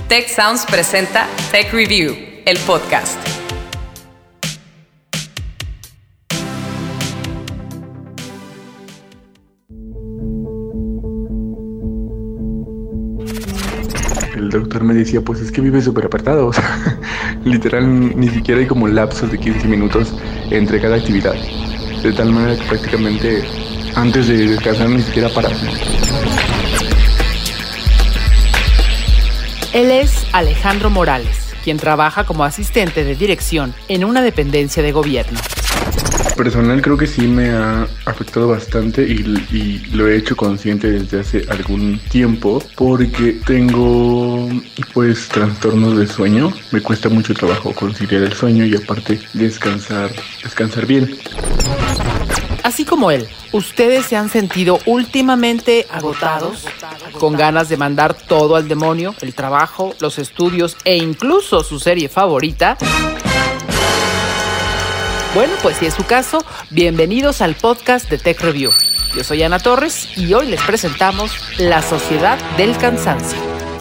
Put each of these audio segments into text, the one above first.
Tech Sounds presenta Tech Review, el podcast. El doctor me decía, pues es que vive súper apartado, o sea, literal ni siquiera hay como lapsos de 15 minutos entre cada actividad, de tal manera que prácticamente antes de descansar ni siquiera para. Él es Alejandro Morales, quien trabaja como asistente de dirección en una dependencia de gobierno. Personal creo que sí me ha afectado bastante y lo he hecho consciente desde hace algún tiempo porque tengo pues trastornos de sueño. Me cuesta mucho trabajo conciliar el sueño y aparte descansar bien. Así como él, ¿ustedes se han sentido últimamente agotados? ¿Con ganas de mandar todo al demonio? ¿El trabajo, los estudios e incluso su serie favorita? Bueno, pues si es su caso, bienvenidos al podcast de Tech Review. Yo soy Ana Torres y hoy les presentamos La Sociedad del Cansancio.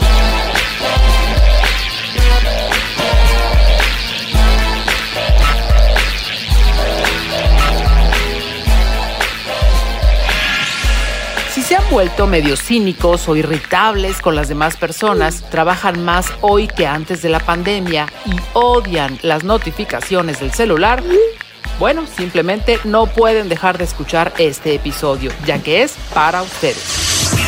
Si se han vuelto medio cínicos o irritables con las demás personas, trabajan más hoy que antes de la pandemia y odian las notificaciones del celular, bueno, simplemente no pueden dejar de escuchar este episodio, ya que es para ustedes.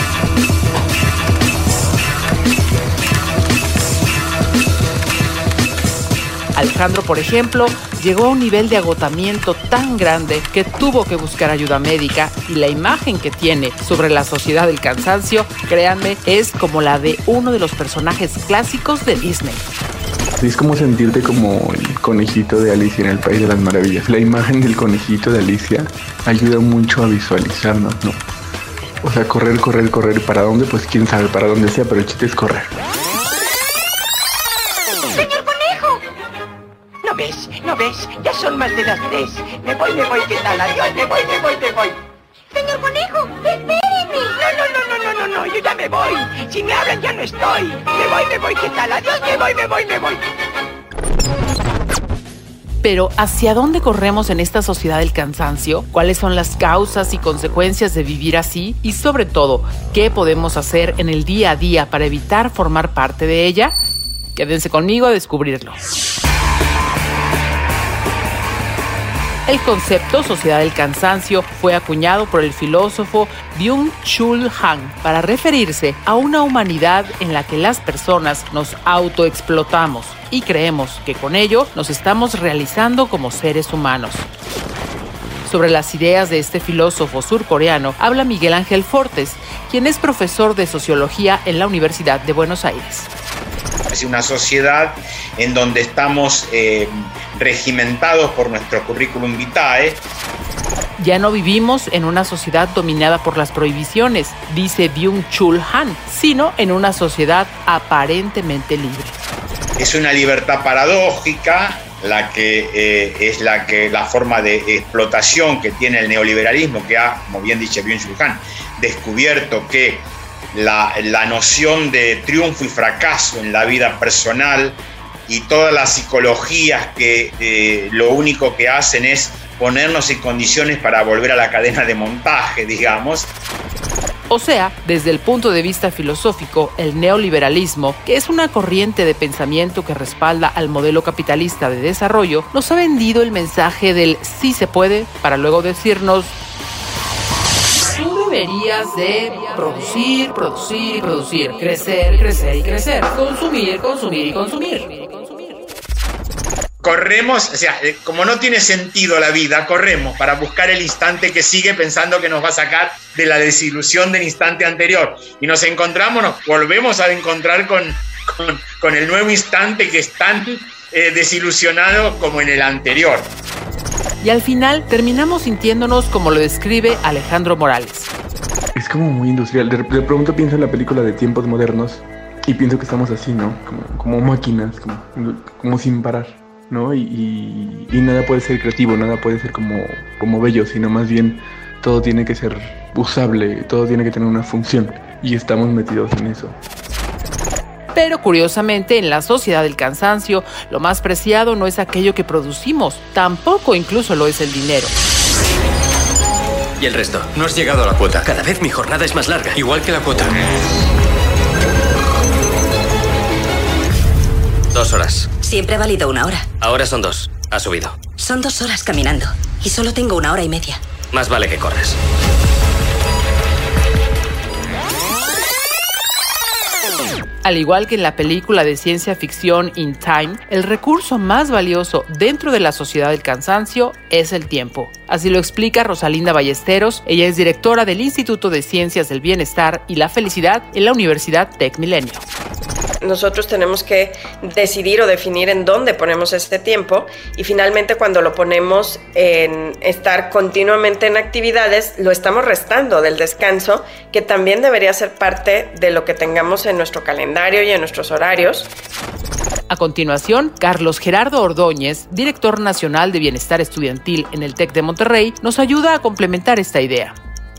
Alejandro, por ejemplo, llegó a un nivel de agotamiento tan grande que tuvo que buscar ayuda médica y la imagen que tiene sobre la sociedad del cansancio, créanme, es como la de uno de los personajes clásicos de Disney. Es como sentirte como el conejito de Alicia en el País de las Maravillas. La imagen del conejito de Alicia ayuda mucho a visualizarnos, ¿no? O sea, correr. ¿Para dónde? Pues quién sabe, para dónde sea, pero el chiste es correr. ¿No ves? Ya son más de las 3. Me voy, ¿qué tal? Adiós, me voy. Señor Conejo, espéreme. No, yo ya me voy. Si me hablan ya no estoy. Me voy, ¿qué tal? Adiós, me voy. Pero ¿hacia dónde corremos en esta sociedad del cansancio? ¿Cuáles son las causas y consecuencias de vivir así? Y sobre todo, ¿qué podemos hacer en el día a día para evitar formar parte de ella? Quédense conmigo a descubrirlo. El concepto sociedad del cansancio fue acuñado por el filósofo Byung-Chul Han para referirse a una humanidad en la que las personas nos autoexplotamos y creemos que con ello nos estamos realizando como seres humanos. Sobre las ideas de este filósofo surcoreano habla Miguel Ángel Fortes, quien es profesor de sociología en la Universidad de Buenos Aires. Es una sociedad en donde estamos regimentados por nuestro currículum vitae. Ya no vivimos en una sociedad dominada por las prohibiciones, dice Byung-Chul Han, sino en una sociedad aparentemente libre. Es una libertad paradójica, la forma de explotación que tiene el neoliberalismo, que ha, como bien dice Byung-Chul Han, descubierto que la noción de triunfo y fracaso en la vida personal y todas las psicologías que lo único que hacen es ponernos en condiciones para volver a la cadena de montaje, digamos. O sea, desde el punto de vista filosófico, el neoliberalismo, que es una corriente de pensamiento que respalda al modelo capitalista de desarrollo, nos ha vendido el mensaje del sí se puede para luego decirnos: tú deberías de producir, crecer, consumir. Corremos, o sea, como no tiene sentido la vida, corremos para buscar el instante que sigue pensando que nos va a sacar de la desilusión del instante anterior. Y nos volvemos a encontrar con el nuevo instante que es tan desilusionado como en el anterior. Y al final terminamos sintiéndonos como lo describe Alejandro Morales. Es como muy industrial. De pronto pienso en la película de Tiempos Modernos y pienso que estamos así, ¿no? Como máquinas, como sin parar, ¿no? Y nada puede ser creativo, nada puede ser como bello, sino más bien todo tiene que ser usable, todo tiene que tener una función y estamos metidos en eso. Pero curiosamente, en la sociedad del cansancio, lo más preciado no es aquello que producimos, tampoco incluso lo es el dinero. ¿Y el resto? No has llegado a la cuota. Cada vez mi jornada es más larga, igual que la cuota. 2 horas. Siempre ha valido 1 hora. Ahora son 2. Ha subido. Son 2 horas caminando. Y solo tengo 1 hora y media. Más vale que corras. Al igual que en la película de ciencia ficción In Time, el recurso más valioso dentro de la sociedad del cansancio es el tiempo. Así lo explica Rosalinda Ballesteros. Ella es directora del Instituto de Ciencias del Bienestar y la Felicidad en la Universidad Tec Milenio. Nosotros tenemos que decidir o definir en dónde ponemos este tiempo y finalmente cuando lo ponemos en estar continuamente en actividades, lo estamos restando del descanso, que también debería ser parte de lo que tengamos en nuestro calendario y en nuestros horarios. A continuación, Carlos Gerardo Ordóñez, director nacional de Bienestar Estudiantil en el TEC de Monterrey, nos ayuda a complementar esta idea.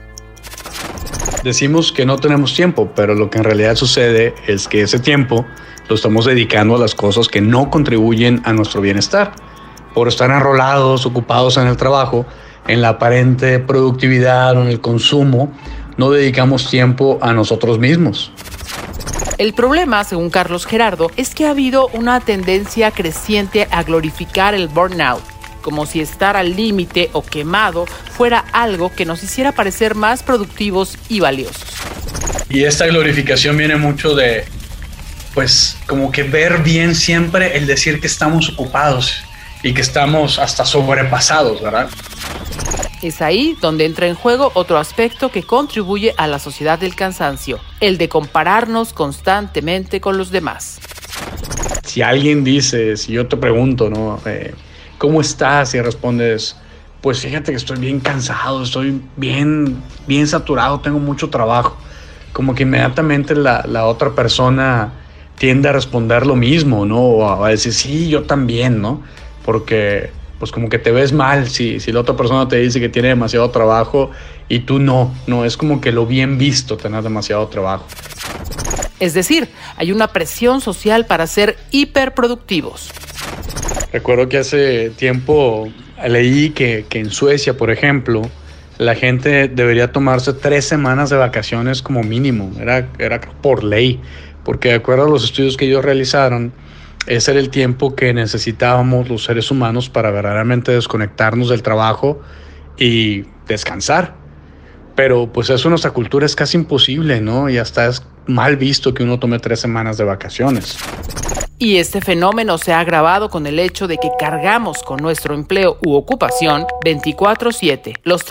Decimos que no tenemos tiempo, pero lo que en realidad sucede es que ese tiempo lo estamos dedicando a las cosas que no contribuyen a nuestro bienestar. Por estar enrolados, ocupados en el trabajo, en la aparente productividad o en el consumo, no dedicamos tiempo a nosotros mismos. El problema, según Carlos Gerardo, es que ha habido una tendencia creciente a glorificar el burnout, como si estar al límite o quemado fuera algo que nos hiciera parecer más productivos y valiosos. Y esta glorificación viene mucho de, pues, como que ver bien siempre el decir que estamos ocupados y que estamos hasta sobrepasados, ¿verdad? Es ahí donde entra en juego otro aspecto que contribuye a la sociedad del cansancio, el de compararnos constantemente con los demás. Si alguien dice, si yo te pregunto, ¿no? ¿Cómo estás? Y respondes, pues fíjate que estoy bien cansado, estoy bien saturado, tengo mucho trabajo. Como que inmediatamente la otra persona tiende a responder lo mismo, ¿no? O a decir, sí, yo también, ¿no? Porque pues como que te ves mal si la otra persona te dice que tiene demasiado trabajo y tú no, es como que lo bien visto tener demasiado trabajo. Es decir, hay una presión social para ser hiperproductivos. Recuerdo que hace tiempo leí que en Suecia, por ejemplo, la gente debería tomarse 3 semanas de vacaciones como mínimo. Era por ley, porque de acuerdo a los estudios que ellos realizaron, ese era el tiempo que necesitábamos los seres humanos para verdaderamente desconectarnos del trabajo y descansar. Pero pues eso en nuestra cultura es casi imposible, ¿no? Y hasta es mal visto que uno tome 3 semanas de vacaciones. Y este fenómeno se ha agravado con el hecho de que cargamos con nuestro empleo u ocupación 24/7, los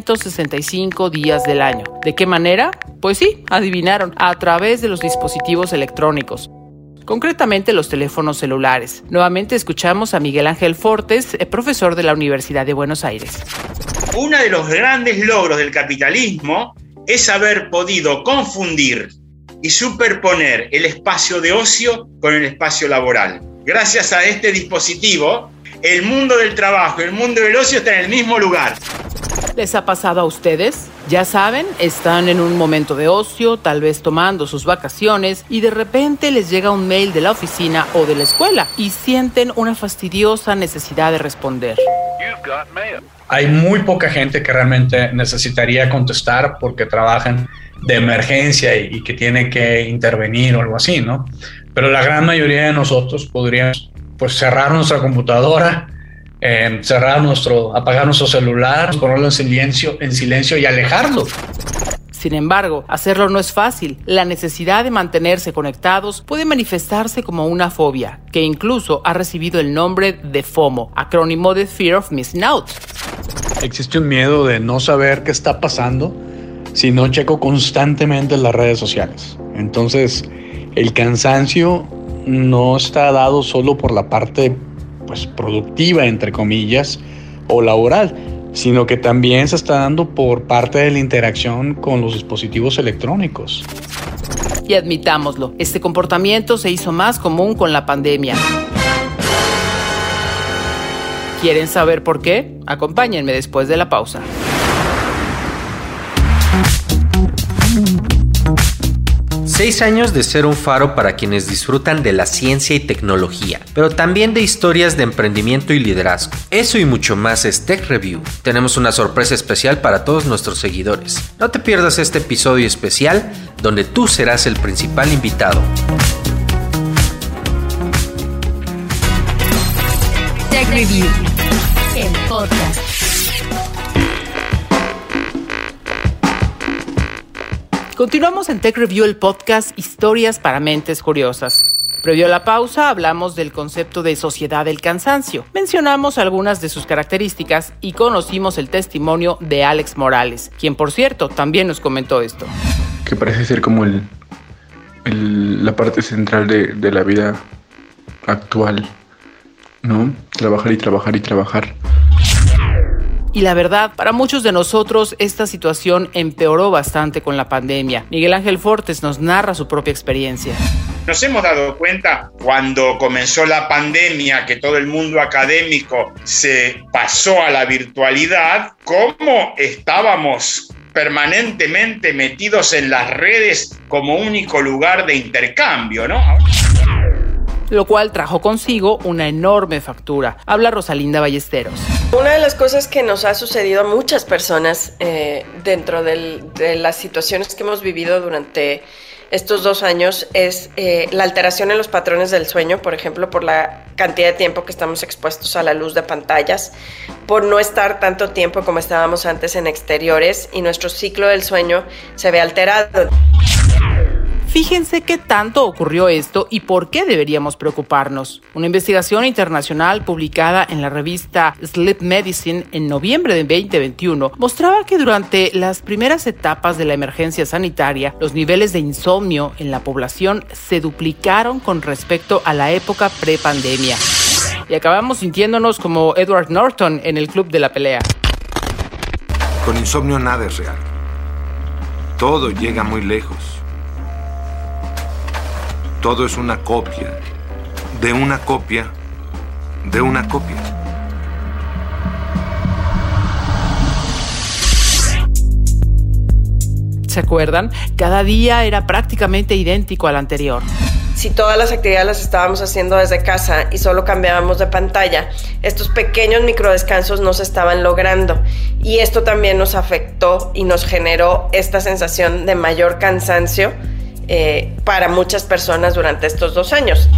365 días del año. ¿De qué manera? Pues sí, adivinaron, a través de los dispositivos electrónicos. Concretamente los teléfonos celulares. Nuevamente escuchamos a Miguel Ángel Fortes, profesor de la Universidad de Buenos Aires. Uno de los grandes logros del capitalismo es haber podido confundir y superponer el espacio de ocio con el espacio laboral. Gracias a este dispositivo, el mundo del trabajo y el mundo del ocio están en el mismo lugar. ¿Les ha pasado a ustedes? Ya saben, están en un momento de ocio, tal vez tomando sus vacaciones, y de repente les llega un mail de la oficina o de la escuela y sienten una fastidiosa necesidad de responder. Hay muy poca gente que realmente necesitaría contestar porque trabajan de emergencia y que tiene que intervenir o algo así, ¿no? Pero la gran mayoría de nosotros podríamos pues cerrar nuestra computadora, apagar nuestro celular, ponerlo en silencio y alejarlo. Sin embargo, hacerlo no es fácil. La necesidad de mantenerse conectados puede manifestarse como una fobia, que incluso ha recibido el nombre de FOMO, acrónimo de Fear of Missing Out. Existe un miedo de no saber qué está pasando si no checo constantemente las redes sociales. Entonces, el cansancio no está dado solo por la parte pues productiva, entre comillas, o laboral, sino que también se está dando por parte de la interacción con los dispositivos electrónicos. Y admitámoslo, este comportamiento se hizo más común con la pandemia. ¿Quieren saber por qué? Acompáñenme después de la pausa. 6 años de ser un faro para quienes disfrutan de la ciencia y tecnología, pero también de historias de emprendimiento y liderazgo. Eso y mucho más es Tech Review. Tenemos una sorpresa especial para todos nuestros seguidores. No te pierdas este episodio especial donde tú serás el principal invitado. Tech Review, el podcast. Continuamos en Tech Review, el podcast Historias para Mentes Curiosas. Previo a la pausa, hablamos del concepto de sociedad del cansancio. Mencionamos algunas de sus características y conocimos el testimonio de Alex Morales, quien, por cierto, también nos comentó esto. Que parece ser como la parte central de la vida actual, ¿no? Trabajar y trabajar y trabajar. Y la verdad, para muchos de nosotros esta situación empeoró bastante con la pandemia. Miguel Ángel Fortes nos narra su propia experiencia. Nos hemos dado cuenta cuando comenzó la pandemia que todo el mundo académico se pasó a la virtualidad, cómo estábamos permanentemente metidos en las redes como único lugar de intercambio, ¿no? Lo cual trajo consigo una enorme factura. Habla Rosalinda Ballesteros. Una de las cosas que nos ha sucedido a muchas personas dentro de las situaciones que hemos vivido durante estos 2 años es la alteración en los patrones del sueño, por ejemplo, por la cantidad de tiempo que estamos expuestos a la luz de pantallas, por no estar tanto tiempo como estábamos antes en exteriores y nuestro ciclo del sueño se ve alterado. Fíjense qué tanto ocurrió esto y por qué deberíamos preocuparnos. Una investigación internacional publicada en la revista Sleep Medicine en noviembre de 2021 mostraba que durante las primeras etapas de la emergencia sanitaria, los niveles de insomnio en la población se duplicaron con respecto a la época prepandemia. Y acabamos sintiéndonos como Edward Norton en el Club de la Pelea. Con insomnio nada es real. Todo llega muy lejos. Todo es una copia, de una copia, de una copia. ¿Se acuerdan? Cada día era prácticamente idéntico al anterior. Si todas las actividades las estábamos haciendo desde casa y solo cambiábamos de pantalla, estos pequeños microdescansos no se estaban logrando. Y esto también nos afectó y nos generó esta sensación de mayor cansancio para muchas personas durante estos 2 años.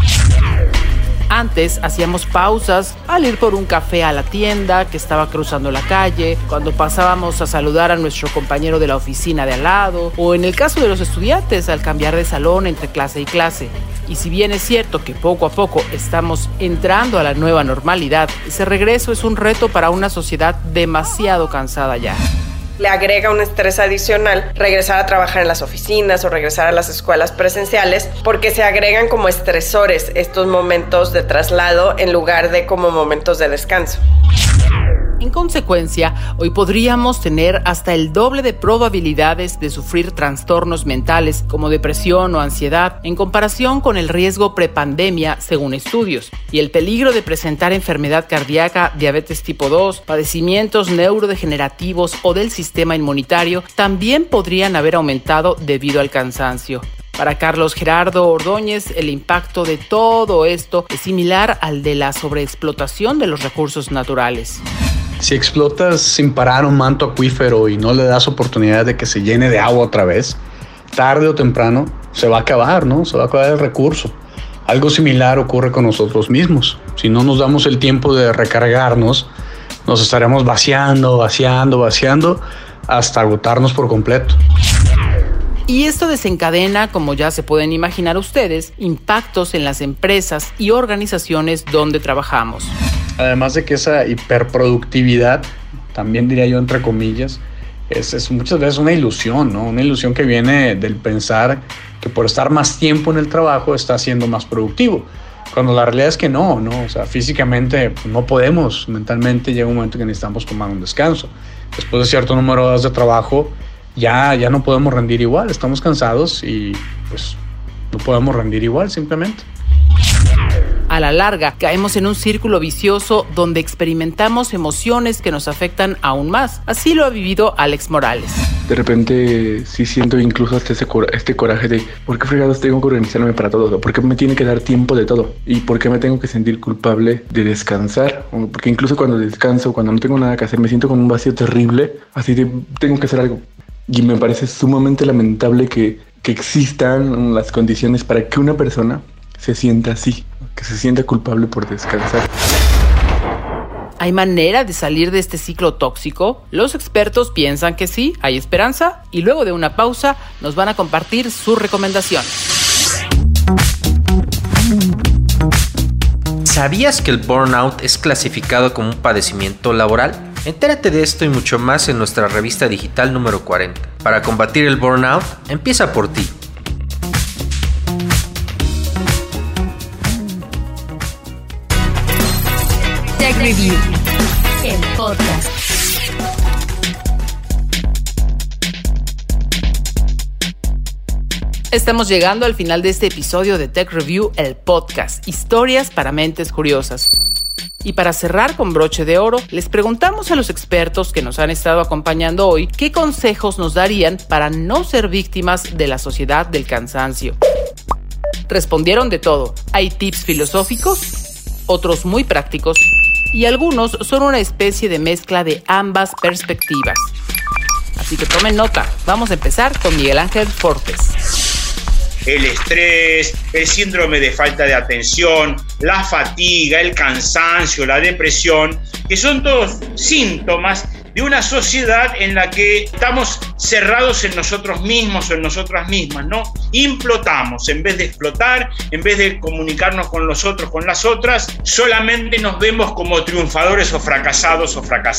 Antes hacíamos pausas al ir por un café a la tienda que estaba cruzando la calle, cuando pasábamos a saludar a nuestro compañero de la oficina de al lado, o en el caso de los estudiantes al cambiar de salón entre clase y clase. Y si bien es cierto que poco a poco estamos entrando a la nueva normalidad, ese regreso es un reto para una sociedad demasiado cansada ya. Le agrega un estrés adicional regresar a trabajar en las oficinas o regresar a las escuelas presenciales, porque se agregan como estresores estos momentos de traslado en lugar de como momentos de descanso. En consecuencia, hoy podríamos tener hasta el doble de probabilidades de sufrir trastornos mentales como depresión o ansiedad en comparación con el riesgo prepandemia según estudios, y el peligro de presentar enfermedad cardíaca, diabetes tipo 2, padecimientos neurodegenerativos o del sistema inmunitario también podrían haber aumentado debido al cansancio. Para Carlos Gerardo Ordóñez, el impacto de todo esto es similar al de la sobreexplotación de los recursos naturales. Si explotas sin parar un manto acuífero y no le das oportunidad de que se llene de agua otra vez, tarde o temprano se va a acabar, ¿no? Se va a acabar el recurso. Algo similar ocurre con nosotros mismos. Si no nos damos el tiempo de recargarnos, nos estaremos vaciando hasta agotarnos por completo. Y esto desencadena, como ya se pueden imaginar ustedes, impactos en las empresas y organizaciones donde trabajamos. Además de que esa hiperproductividad, también diría yo entre comillas, es muchas veces una ilusión, ¿no? Una ilusión que viene del pensar que por estar más tiempo en el trabajo está siendo más productivo. Cuando la realidad es que no, o sea, físicamente no podemos, mentalmente llega un momento que necesitamos tomar un descanso. Después de cierto número de horas de trabajo, ya no podemos rendir igual, estamos cansados y pues no podemos rendir igual simplemente. A la larga, caemos en un círculo vicioso donde experimentamos emociones que nos afectan aún más. Así lo ha vivido Alex Morales. de repente sí siento incluso hasta este coraje de ¿por qué fregados tengo que organizarme para todo? ¿Por qué me tiene que dar tiempo de todo? ¿Y por qué me tengo que sentir culpable de descansar? Porque incluso cuando descanso, cuando no tengo nada que hacer, me siento con un vacío terrible, así de tengo que hacer algo. Y me parece sumamente lamentable que existan las condiciones para que una persona se sienta así, que se sienta culpable por descansar. ¿Hay manera de salir de este ciclo tóxico? Los expertos piensan que sí, hay esperanza, y luego de una pausa nos van a compartir su recomendación. ¿Sabías que el burnout es clasificado como un padecimiento laboral? Entérate de esto y mucho más en nuestra revista digital número 40. Para combatir el burnout, empieza por ti. Tech Review, el podcast. Estamos llegando al final de este episodio de Tech Review, el podcast. Historias para mentes curiosas. Y para cerrar con broche de oro, les preguntamos a los expertos que nos han estado acompañando hoy qué consejos nos darían para no ser víctimas de la sociedad del cansancio. Respondieron de todo. Hay tips filosóficos, otros muy prácticos, y algunos son una especie de mezcla de ambas perspectivas. Así que tomen nota. Vamos a empezar con Miguel Ángel Fortes. El estrés, el síndrome de falta de atención, la fatiga, el cansancio, la depresión, que son todos síntomas de una sociedad en la que estamos cerrados en nosotros mismos o en nosotras mismas, ¿no? Implotamos, en vez de explotar, en vez de comunicarnos con los otros, con las otras, solamente nos vemos como triunfadores o fracasadas.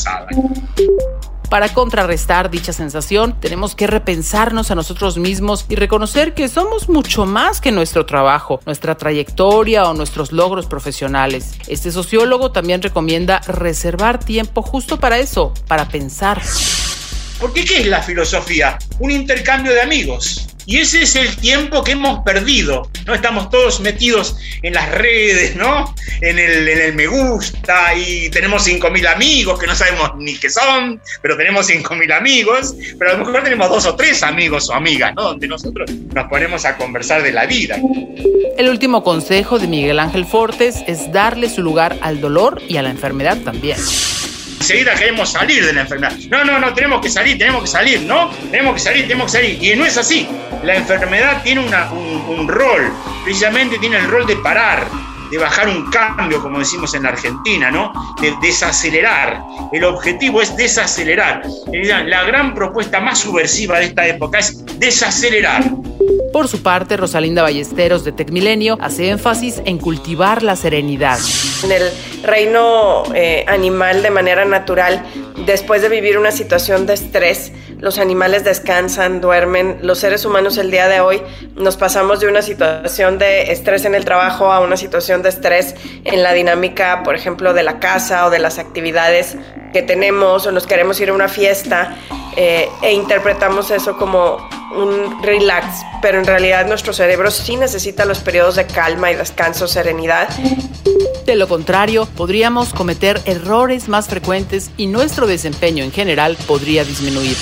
Para contrarrestar dicha sensación, tenemos que repensarnos a nosotros mismos y reconocer que somos mucho más que nuestro trabajo, nuestra trayectoria o nuestros logros profesionales. Este sociólogo también recomienda reservar tiempo justo para eso, para pensar. Porque ¿qué es la filosofía? Un intercambio de amigos. Y ese es el tiempo que hemos perdido, ¿no? Estamos todos metidos en las redes, ¿no? En el me gusta, y tenemos 5.000 amigos que no sabemos ni qué son, pero tenemos 5.000 amigos, pero a lo mejor tenemos 2 o 3 amigos o amigas, ¿no? Donde nosotros nos ponemos a conversar de la vida. El último consejo de Miguel Ángel Fortes es darle su lugar al dolor y a la enfermedad también. Enseguida queremos salir de la enfermedad. No, tenemos que salir, ¿no? Tenemos que salir. Y no es así. La enfermedad tiene un rol, precisamente tiene el rol de parar, de bajar un cambio, como decimos en la Argentina, ¿no? De desacelerar. El objetivo es desacelerar. La gran propuesta más subversiva de esta época es desacelerar. Por su parte, Rosalinda Ballesteros de Tecmilenio hace énfasis en cultivar la serenidad. En el reino animal, de manera natural, después de vivir una situación de estrés, los animales descansan, duermen. Los seres humanos el día de hoy nos pasamos de una situación de estrés en el trabajo a una situación de estrés en la dinámica, por ejemplo, de la casa o de las actividades que tenemos, o nos queremos ir a una fiesta e interpretamos eso como un relax, pero en realidad nuestro cerebro sí necesita los periodos de calma y descanso, serenidad. De lo contrario, podríamos cometer errores más frecuentes y nuestro desempeño en general podría disminuir.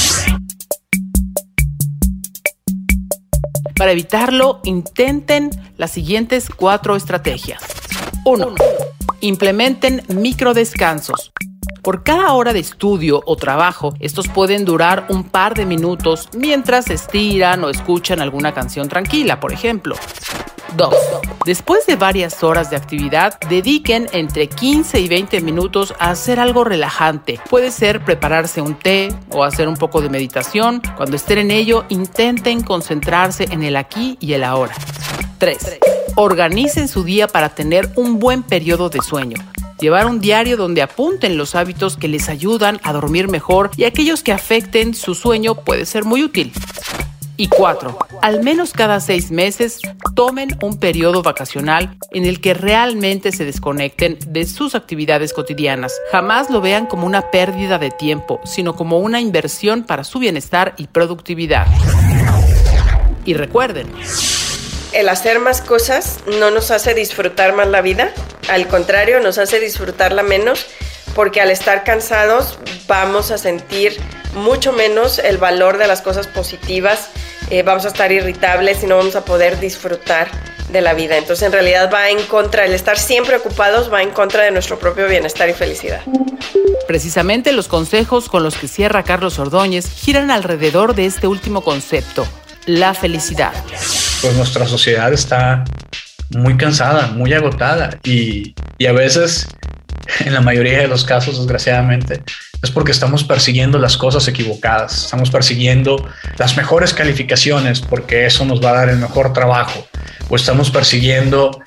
Para evitarlo, intenten las siguientes 4 estrategias. 1. Implementen microdescansos. Por cada hora de estudio o trabajo, estos pueden durar un par de minutos mientras estiran o escuchan alguna canción tranquila, por ejemplo. 2. Después de varias horas de actividad, dediquen entre 15 y 20 minutos a hacer algo relajante. Puede ser prepararse un té o hacer un poco de meditación. Cuando estén en ello, intenten concentrarse en el aquí y el ahora. 3. Organicen su día para tener un buen periodo de sueño. Llevar un diario donde apunten los hábitos que les ayudan a dormir mejor y aquellos que afecten su sueño puede ser muy útil. Y 4. Al menos cada 6 meses, tomen un periodo vacacional en el que realmente se desconecten de sus actividades cotidianas. Jamás lo vean como una pérdida de tiempo, sino como una inversión para su bienestar y productividad. Y recuerden, el hacer más cosas no nos hace disfrutar más la vida, al contrario, nos hace disfrutarla menos, porque al estar cansados vamos a sentir mucho menos el valor de las cosas positivas, vamos a estar irritables y no vamos a poder disfrutar de la vida. Entonces, en realidad va en contra, el estar siempre ocupados va en contra de nuestro propio bienestar y felicidad. Precisamente los consejos con los que cierra Carlos Ordóñez giran alrededor de este último concepto, la felicidad. Pues nuestra sociedad está muy cansada, muy agotada y a veces, en la mayoría de los casos, desgraciadamente, es porque estamos persiguiendo las cosas equivocadas, estamos persiguiendo las mejores calificaciones porque eso nos va a dar el mejor trabajo, o estamos persiguiendo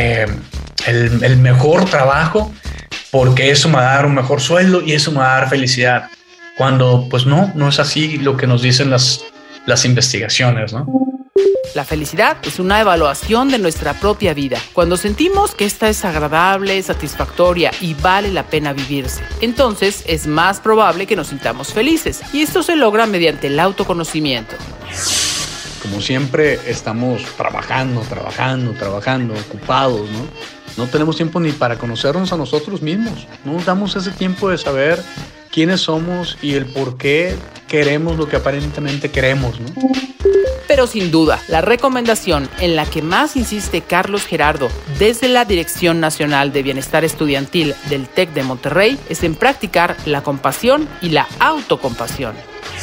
el mejor trabajo porque eso me va a dar un mejor sueldo y eso me va a dar felicidad, cuando pues no es así lo que nos dicen las investigaciones, ¿no? La felicidad es una evaluación de nuestra propia vida. Cuando sentimos que esta es agradable, satisfactoria y vale la pena vivirse, entonces es más probable que nos sintamos felices. Y esto se logra mediante el autoconocimiento. Como siempre estamos trabajando, ocupados, ¿no? No tenemos tiempo ni para conocernos a nosotros mismos. No nos damos ese tiempo de saber quiénes somos y el por qué queremos lo que aparentemente queremos, ¿no? Pero sin duda, la recomendación en la que más insiste Carlos Gerardo desde la Dirección Nacional de Bienestar Estudiantil del TEC de Monterrey es en practicar la compasión y la autocompasión.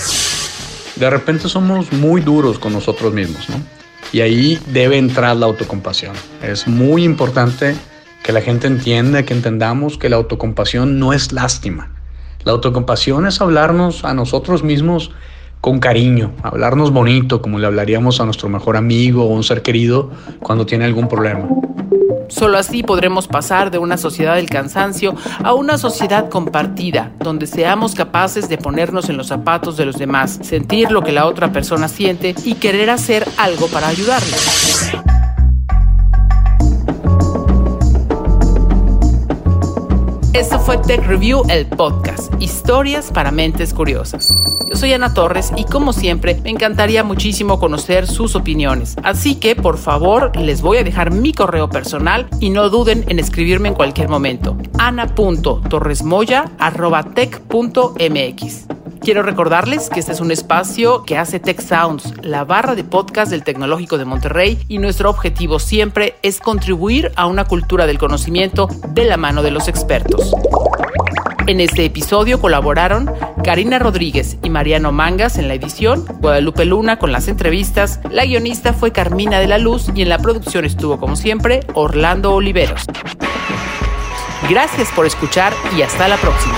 De repente somos muy duros con nosotros mismos, ¿no? Y ahí debe entrar la autocompasión. Es muy importante que la gente entienda, que entendamos que la autocompasión no es lástima. La autocompasión es hablarnos a nosotros mismos con cariño, hablarnos bonito, como le hablaríamos a nuestro mejor amigo o un ser querido cuando tiene algún problema. Solo así podremos pasar de una sociedad del cansancio a una sociedad compartida, donde seamos capaces de ponernos en los zapatos de los demás, sentir lo que la otra persona siente y querer hacer algo para ayudarle. Esto fue Tech Review, el podcast, historias para mentes curiosas. Yo soy Ana Torres y como siempre me encantaría muchísimo conocer sus opiniones. Así que por favor les voy a dejar mi correo personal y no duden en escribirme en cualquier momento. ana.torresmoya@tech.mx. Quiero recordarles que este es un espacio que hace Tech Sounds, la barra de podcast del Tecnológico de Monterrey, y nuestro objetivo siempre es contribuir a una cultura del conocimiento de la mano de los expertos. En este episodio colaboraron Karina Rodríguez y Mariano Mangas en la edición, Guadalupe Luna con las entrevistas, la guionista fue Carmina de la Luz y en la producción estuvo como siempre Orlando Oliveros. Gracias por escuchar y hasta la próxima.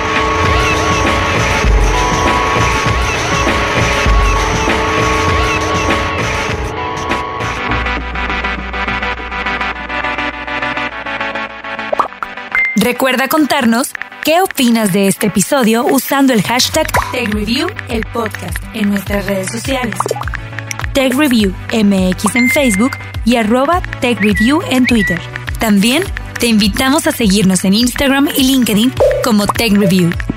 Recuerda contarnos qué opinas de este episodio usando el hashtag TechReview, el podcast, en nuestras redes sociales. TechReview MX en Facebook y @TechReview en Twitter. También te invitamos a seguirnos en Instagram y LinkedIn como TechReview.